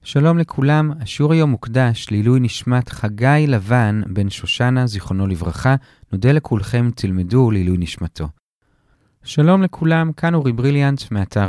שלום לכולם, השיעור היום מוקדש לעילוי נשמת חגי לבן בן שושנה, זיכרונו לברכה. נודה לכולכם, תלמדו לעילוי נשמתו. שלום לכולם, כאן אורי בריליאנט מאתר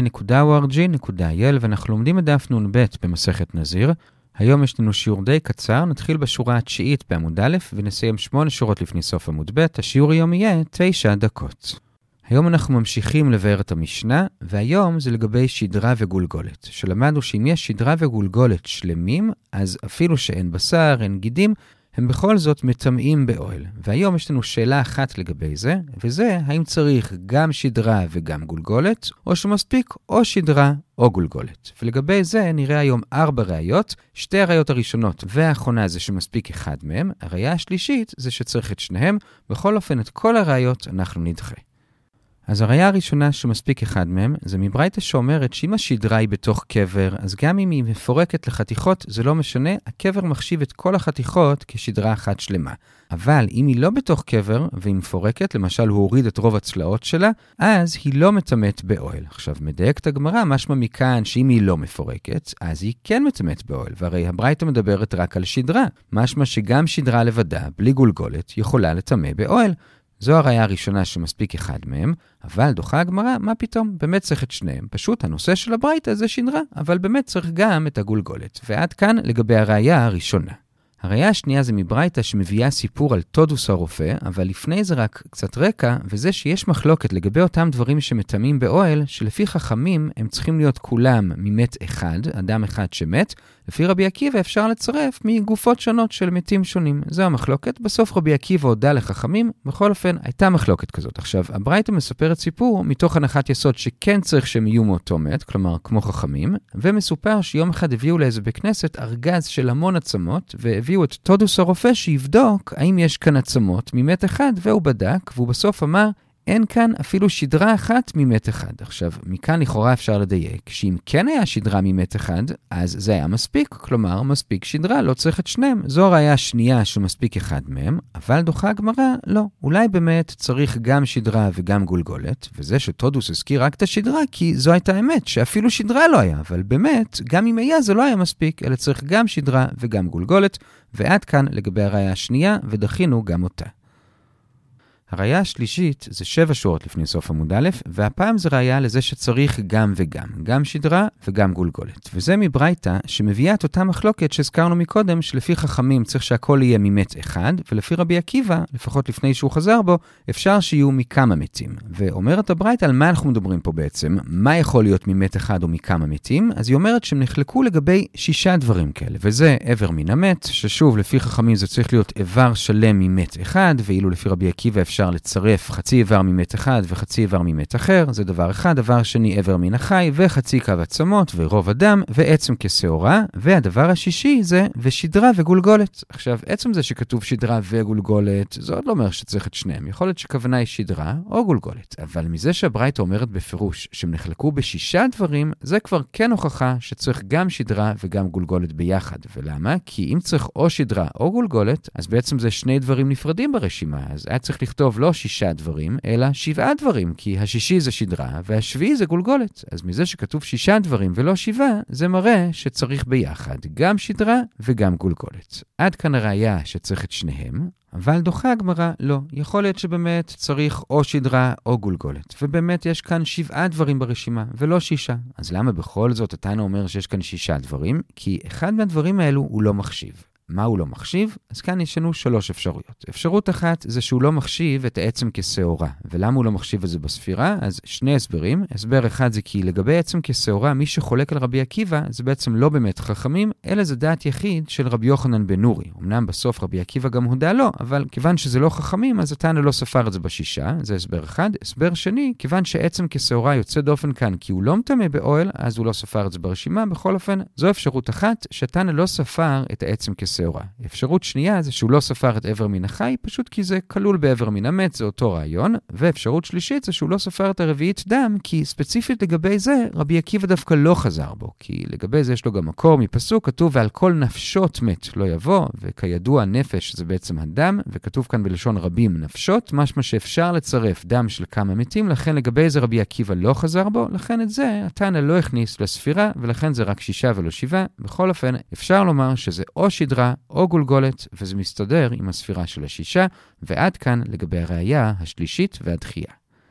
sinai.org.il ואנחנו לומדים את דף נ"ב במסכת נזיר. היום יש לנו שיעור די קצר, נתחיל בשורה התשיעית בעמוד א' ונסיים 8 שורות לפני סוף עמוד ב'. השיעור היום יהיה 9 דקות. היום אנחנו ממשיכים לבאר את המשנה, והיום זה לגבי שדרה וגולגולת. שלמדנו שאם יש שדרה וגולגולת שלמים, אז אפילו שאין בשר, אין גידים, הם בכל זאת מטמאים באוהל. והיום יש לנו שאלה אחת לגבי זה, וזה האם צריך גם שדרה וגם גולגולת, או שמספיק או שדרה או גולגולת. ולגבי זה נראה היום 4 ראיות. 2 הראיות הראשונות והאחרונה זה שמספיק אחד מהם. הראיה השלישית זה שצריך את שניהם. בכל אופן את כל הראיות אנחנו נדחה. אז הראיה הראשונה שמספיק אחד מהם, זה מברייתא שאומרת שאם השדרה היא בתוך קבר, אז גם אם היא מפורקת לחתיכות, זה לא משנה, הקבר מחשיב את כל החתיכות כשדרה אחת שלמה. אבל אם היא לא בתוך קבר, והיא מפורקת, למשל הוא הוריד את רוב הצלעות שלה, אז היא לא מטמאת באוהל. עכשיו, מדייקת הגמרא, משמע מכאן שאם היא לא מפורקת, אז היא כן מטמאת באוהל, והרי הברייתא מדברת רק על שדרה. משמע שגם שדרה לבדה, בלי גולגולת, יכולה לטמא באוהל. זו הראיה הראשונה שמספיק אחד מהם, אבל דוחה הגמרא, מה פתאום? באמת צריך את שניהם. פשוט הנושא של הברייתא זה שדרה, אבל באמת צריך גם את הגולגולת. ועד כאן לגבי הראיה הראשונה. הראיה השנייה זה מברייתא שמביאה סיפור על תודוס הרופא, אבל לפני זה רק קצת רקע, וזה שיש מחלוקת לגבי אותם דברים שמטמאים באוהל, שלפי חכמים הם צריכים להיות כולם ממת אחד, אדם אחד שמת, לפי רבי עקיבא אפשר לצרף מגופות שונות של מתים שונים. זו המחלוקת. בסוף רבי עקיבא הודה לחכמים, בכל אופן הייתה מחלוקת כזאת. עכשיו, הברייתא מספרת סיפור מתוך הנחת יסוד שכן צריך שהם יהיו מאותו מת, כלומר כמו חכמים, ומסופר שיום אחד הביאו לאיזה בכנסת ארגז של המון עצמות, והביאו את תודוס הרופא שיבדוק האם יש כאן עצמות ממת אחד, והוא בדק, והוא בסוף אמר, אין כאן אפילו שדרה אחת ממת אחד. עכשיו, מכאן לכאורה אפשר לדייק, שאם כן היה שדרה ממת אחד, אז זה היה מספיק. כלומר, מספיק שדרה, לא צריך את שניהם. זו הראיה השנייה שמספיק אחד מהם, אבל דוחה הגמרא, לא. אולי באמת צריך גם שדרה וגם גולגולת, וזה שתודוס הזכיר רק את השדרה, כי זו הייתה האמת, שאפילו שדרה לא היה, אבל באמת, גם אם היה זה לא היה מספיק, אלא צריך גם שדרה וגם גולגולת, ועד כאן לגבי הראיה השנייה, ודחינו גם אותה. הראיה השלישית זה 7 שורות לפני סוף עמוד א', והפעם זה ראיה לזה שצריך גם וגם, גם שדרה וגם גולגולת. וזה מברייתא שמביאה את אותה מחלוקת שהזכרנו מקודם, שלפי חכמים צריך שהכל יהיה ממת אחד, ולפי רבי עקיבא, לפחות לפני שהוא חזר בו, אפשר שיהיו מכמה מתים. ואומרת הברייתא על מה אנחנו מדברים פה בעצם, מה יכול להיות ממת אחד או מכמה מתים, אז היא אומרת שהם נחלקו לגבי 6 דברים כאלה, וזה איבר מן המת, ששוב לפי חכמים זה צריך להיות איבר שלם ממת אחד, ואילו לפי רבי עקיבא אפשר לצרף חצי איבר ממת אחד וחצי איבר ממת אחר, זה דבר אחד. דבר שני, איבר מן החי וחצי קו עצמות ורוב הדם ועצם כשעורה, והדבר השישי זה ושדרה וגולגולת. עכשיו, עצם זה שכתוב שדרה וגולגולת, זה עוד לא אומר שצריך את שניהם. יכול להיות שכוונה היא שדרה או גולגולת, אבל מזה שהברייתא אומרת בפירוש שהם נחלקו ב6 דברים, זה כבר כן הוכחה שצריך גם שדרה וגם גולגולת ביחד. ולמה? כי אם צריך או שדרה או גולגולת, אז בעצם זה 2 דברים נפרדים ברשימה. אז היה צריך לכתוב לא 6 דברים, אלא 7 דברים, כי השישי זה שדרה, והשביעי זה גולגולת. אז מזה שכתוב 6 דברים ולא 7, זה מראה שצריך ביחד גם שדרה וגם גולגולת. עד כאן הראיה שצריך את שניהם, אבל דוחה הגמרא, לא. יכול להיות שבאמת צריך או שדרה או גולגולת. ובאמת יש כאן 7 דברים ברשימה, ולא 6. אז למה בכל זאת התנא אומר שיש כאן 6 דברים? כי אחד מהדברים האלו הוא לא מחשיב. מה הוא לא מחשיב? אז כאן יש לנו 3 אפשרויות. אפשרות אחת זה שהוא לא מחשיב את העצם כשעורה. ולמה הוא לא מחשיב את זה בספירה? אז 2 הסברים. הסבר אחד זה כי לגבי עצם כשעורה, מי שחולק על רבי עקיבא זה בעצם לא באמת חכמים, אלא זה דעת יחיד של רבי יוחנן בן נורי. אמנם בסוף רבי עקיבא גם הודה לו, אבל כיוון שזה לא חכמים, אז התנא לא ספר את זה ב6. זה הסבר אחד. הסבר שני, כיוון שעצם כשעורה יוצא דופן כאן כי הוא לא מטמא באוהל, אז הוא לא ספר את זה ברשימה. בכל אופן, זו אפשרות אחת, שהתנא לא ספר את העצם כשעורה. שעורה. אפשרות שנייה זה שהוא לא ספר את עבר מן החי, פשוט כי זה כלול בעבר מן המת, זה אותו רעיון. ואפשרות שלישית זה שהוא לא ספר את הרביעית דם, כי ספציפית לגבי זה, רבי עקיבא דווקא לא חזר בו. כי לגבי זה יש לו גם מקור מפסוק, כתוב ועל כל נפשות מת לא יבוא, וכידוע נפש זה בעצם הדם, וכתוב כאן בלשון רבים נפשות, משמע שאפשר לצרף דם של כמה מתים, לכן לגבי זה רבי עקיבא לא חזר בו, לכן את זה התנא לא הכניס לספירה, ולכן זה רק 6 ולא 7. בכל אופן, אפשר לומר שזה או שדרה או גולגולת, וזה מסתדר עם הספירה של 6, ועד כאן לגבי הראייה השלישית והדחייה.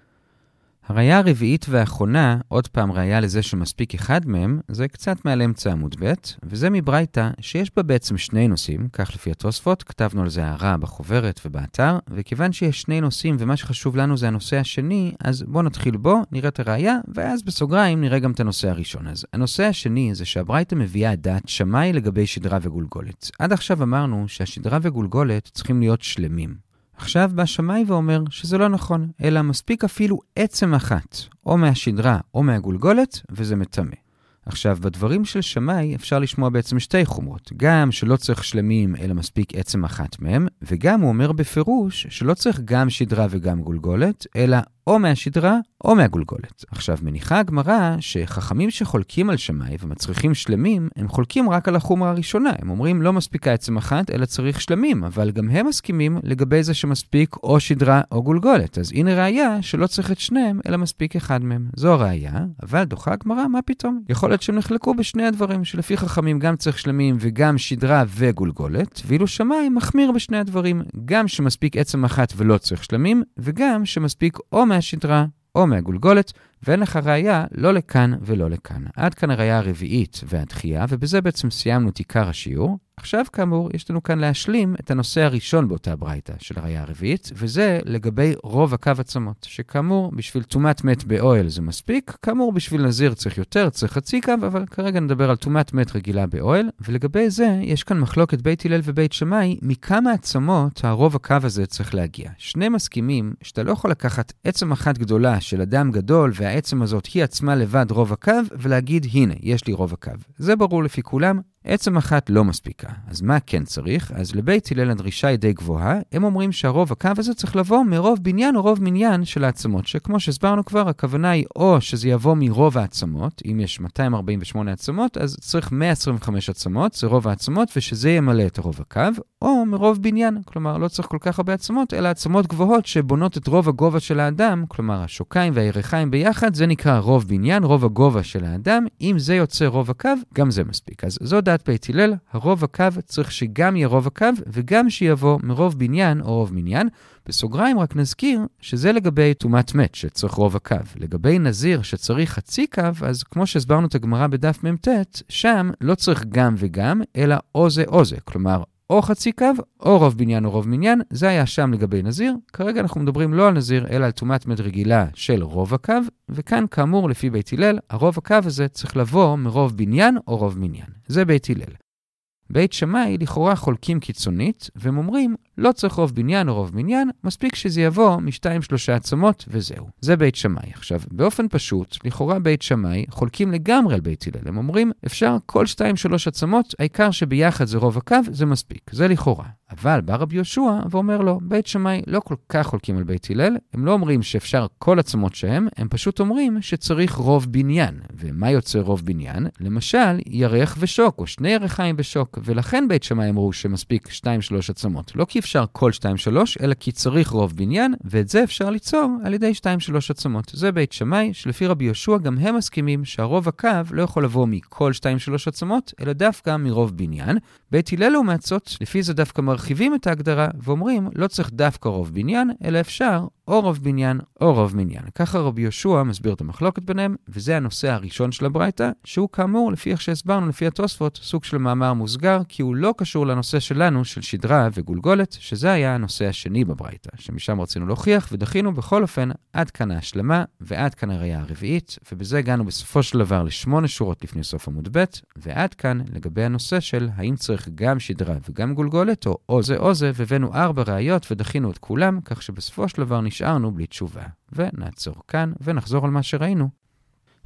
הראייה הרביעית והאחרונה, עוד פעם ראייה לזה שמספיק אחד מהם, זה קצת מעל אמצע עמוד ב', וזה מברייתא שיש בה בעצם שני נושאים, כך לפי התוספות, כתבנו על זה הערה בחוברת ובאתר, וכיוון שיש שני נושאים ומה שחשוב לנו זה הנושא השני, אז בואו נתחיל בו, נראה את הראייה, ואז בסוגריים נראה גם את הנושא הראשון. אז הנושא השני זה שהברייתא מביאה דעת שמאי לגבי שדרה וגולגולת. עד עכשיו אמרנו שהשדרה וגולגולת צריכים להיות שלמים. עכשיו בא שמאי ואומר שזה לא נכון, אלא מספיק אפילו עצם אחת, או מהשדרה או מהגולגולת, וזה מטמא. עכשיו, בדברים של שמאי אפשר לשמוע בעצם שתי חומרות, גם שלא צריך שלמים אלא מספיק עצם אחת מהם, וגם הוא אומר בפירוש שלא צריך גם שדרה וגם גולגולת, אלא או מהשדרה או מהגולגולת. עכשיו, מניחה הגמרא שחכמים שחולקים על שמאי ומצריכים שלמים, הם חולקים רק על החומרה הראשונה. הם אומרים לא מספיקה עצם אחת, אלא צריך שלמים, אבל גם הם מסכימים לגבי זה שמספיק או שדרה או גולגולת. אז הנה ראייה שלא צריך את שניהם, אלא מספיק אחד מהם. זו הראייה, אבל דוחה הגמרא, מה פתאום? יכול להיות שהם נחלקו בשני הדברים, שלפי חכמים גם צריך שלמים וגם שדרה וגולגולת, ואילו שמאי מחמיר בשני הדברים, גם שמספיק עצם אחת ולא צריך שלמים, וגם שמספיק או מהשדרה או מהגולגולת, ואין לך ראייה לא לכאן ולא לכאן. עד כאן הראייה הרביעית והדחייה, ובזה בעצם סיימנו את עיקר השיעור. עכשיו כאמור יש לנו כאן להשלים את הנושא הראשון באותה ברייתא של הראייה הרביעית, וזה לגבי רוב הקו עצמות, שכאמור בשביל טומאת מת באוהל זה מספיק, כאמור בשביל נזיר צריך יותר, צריך חצי קו, אבל כרגע נדבר על טומאת מת רגילה באוהל, ולגבי זה יש כאן מחלוקת בית הלל ובית שמאי, מכמה עצמות הרוב הקו הזה צריך להגיע. שני מסכימים שאתה לא יכול לקחת עצם אחת גדולה של אדם גדול, והעצם הזאת היא עצמה לבד רוב הקו, ולהגיד הנה, יש לי רוב הקו. זה ברור לפי כולם. עצם אחת לא מספיקה. אז מה כן צריך? אז לבית הלל הדרישה היא די גבוהה. הם אומרים שהרוב הקו הזה צריך לבוא מרוב בניין או רוב מניין של העצמות, שכמו שהסברנו כבר, הכוונה היא או שזה יבוא מרוב העצמות, אם יש 248 עצמות, אז צריך 125 עצמות, זה רוב העצמות, ושזה ימלא את הרוב הקו, או מרוב בניין, כלומר לא צריך כל כך הרבה עצמות, אלא עצמות גבוהות שבונות את רוב הגובה של האדם, כלומר השוקיים והירכיים ביחד, זה נקרא רוב בניין, רוב הגובה של האדם. אם זה יוצא רוב הקו, גם זה מספיק. אז זו דעת בית הלל, הרוב הקו צריך שגם יהיה רוב הקו, וגם שיבוא מרוב בניין או רוב מניין. בסוגריים רק נזכיר שזה לגבי טומאת מת שצריך רוב הקו. לגבי נזיר שצריך חצי קו, אז כמו שהסברנו את הגמרא בדף מ"ט, שם לא צריך גם וגם, אלא או זה או זה. כלומר, או חצי קו, או רוב בניין או רוב מניין, זה היה שם לגבי נזיר. כרגע אנחנו מדברים לא על נזיר, אלא על טומאת מת רגילה של רוב הקו, וכאן כאמור לפי בית הלל, הרוב הקו הזה צריך לבוא מרוב בניין או רוב מניין. זה בית הלל. בית שמאי לכאורה חולקים קיצונית, והם אומרים, לא צריך רוב בניין או רוב מניין, מספיק שזה יבוא מ2-3 עצמות וזהו. זה בית שמאי. עכשיו, באופן פשוט, לכאורה בית שמאי חולקים לגמרי על בית הלל. הם אומרים, אפשר כל 2-3 עצמות, העיקר שביחד זה רוב הקו, זה מספיק. זה לכאורה. אבל בא רבי יהושע ואומר לו, בית שמאי לא כל כך חולקים על בית הלל, הם לא אומרים שאפשר כל עצמות שהם, הם פשוט אומרים שצריך רוב בניין. ומה יוצא רוב בניין? למשל, ירח ושוק, או שני ירחיים בשוק, ולכן בית שמאי אמרו שמספיק 2-3 עצמות. לא כי אפשר כל 2-3, אלא כי צריך רוב בניין, ואת זה אפשר ליצור על ידי 2-3 עצמות. זה בית שמאי, שלפי רבי יהושע גם הם מסכימים שהרוב הקו לא יכול לבוא מכל 2-3 עצמות, אלא דווקא מרוב בניין. בית הלל לעומת זאת, לפי זה דווקא מרחיבים את ההגדרה ואומרים, לא צריך דווקא רוב בניין, אלא אפשר או רוב בניין או רוב מניין. ככה רבי יהושע מסביר את המחלוקת ביניהם, וזה הנושא הראשון של הברייתא, שהוא כאמור, לפי איך שהסברנו, לפי התוספות, סוג של מאמר מוסגר, כי הוא לא קשור לנושא שלנו של שדרה וגולגולת, שזה היה הנושא השני בברייתא, שמשם רצינו להוכיח ודחינו. בכל אופן עד כאן ההשלמה ועד כאן הראייה הרביעית, ובזה הגענו בסופו של דבר ל8 שורות לפני סוף עמוד ב', ועד כאן לגבי הנושא של האם צריך גם שדרה וגם גולגולת, או זה או זה, והבאנו 4 ראיות ודחינו את כולם, כך שבסופו של דבר נשארנו בלי תשובה. ונעצור כאן ונחזור על מה שראינו.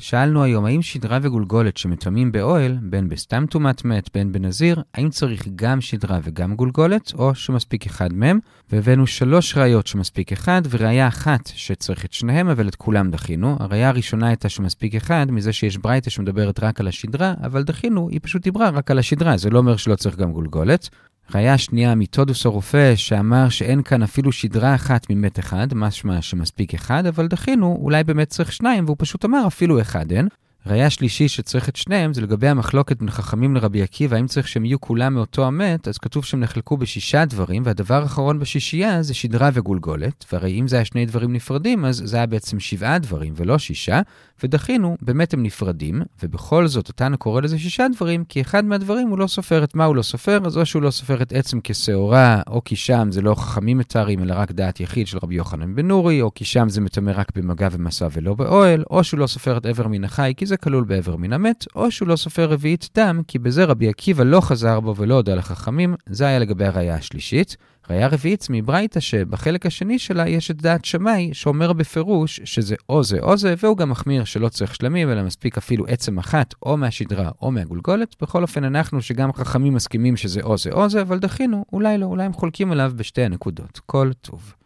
שאלנו היום, האם שדרה וגולגולת שמטמאים באוהל, בין בסתם טומאת מת, בין בנזיר, האם צריך גם שדרה וגם גולגולת, או שמספיק אחד מהם? והבאנו 3 ראיות שמספיק אחד, וראיה אחת שצריך את שניהם, אבל את כולם דחינו. הראיה הראשונה הייתה שמספיק אחד, מזה שיש ברייתא שמדברת רק על השדרה, אבל דחינו, היא פשוט דיברה רק על השדרה, זה לא אומר שלא צריך גם גולגולת. ראיה שנייה מתודוס הרופא שאמר שאין כאן אפילו שדרה אחת ממת אחד, משמע שמספיק אחד, אבל דחינו, אולי באמת צריך 2, והוא פשוט אמר אפילו אחד אין. ראיה שלישי שצריך את שניהם, זה לגבי המחלוקת בין חכמים לרבי עקיבא, האם צריך שהם יהיו כולם מאותו המת, אז כתוב שהם נחלקו ב6 דברים, והדבר האחרון בשישייה זה שדרה וגולגולת, והרי אם זה היה 2 דברים נפרדים, אז זה היה בעצם 7 דברים ולא 6, ודחינו, באמת הם נפרדים, ובכל זאת אותנו קורא לזה 6 דברים, כי אחד מהדברים הוא לא סופר את מה הוא לא סופר, אז או שהוא לא סופר את עצם כשעורה, או כי שם זה לא חכמים מתארים, אלא רק דעת יחיד של רבי יוחנן בן נורי, או כי שם זה מטמא רק במגע ומסע ולא באוהל, או שהוא לא סופר את עבר מן החי, כי זה כלול בעבר מן המת, או שהוא לא סופר רביעית דם, כי בזה רבי עקיבא לא חזר בו ולא הודה לחכמים, זה היה לגבי הראיה השלישית. ראיה רביעית מברייתא שבחלק השני שלה יש את דעת שמאי שאומר בפירוש שזה או זה או זה, והוא גם מחמיר שלא צריך שלמים, אלא מספיק אפילו עצם אחת או מהשדרה או מהגולגולת. בכל אופן אנחנו שגם חכמים מסכימים שזה או זה או זה, אבל דחינו, אולי לא, אולי הם חולקים עליו בשתי הנקודות. כל טוב.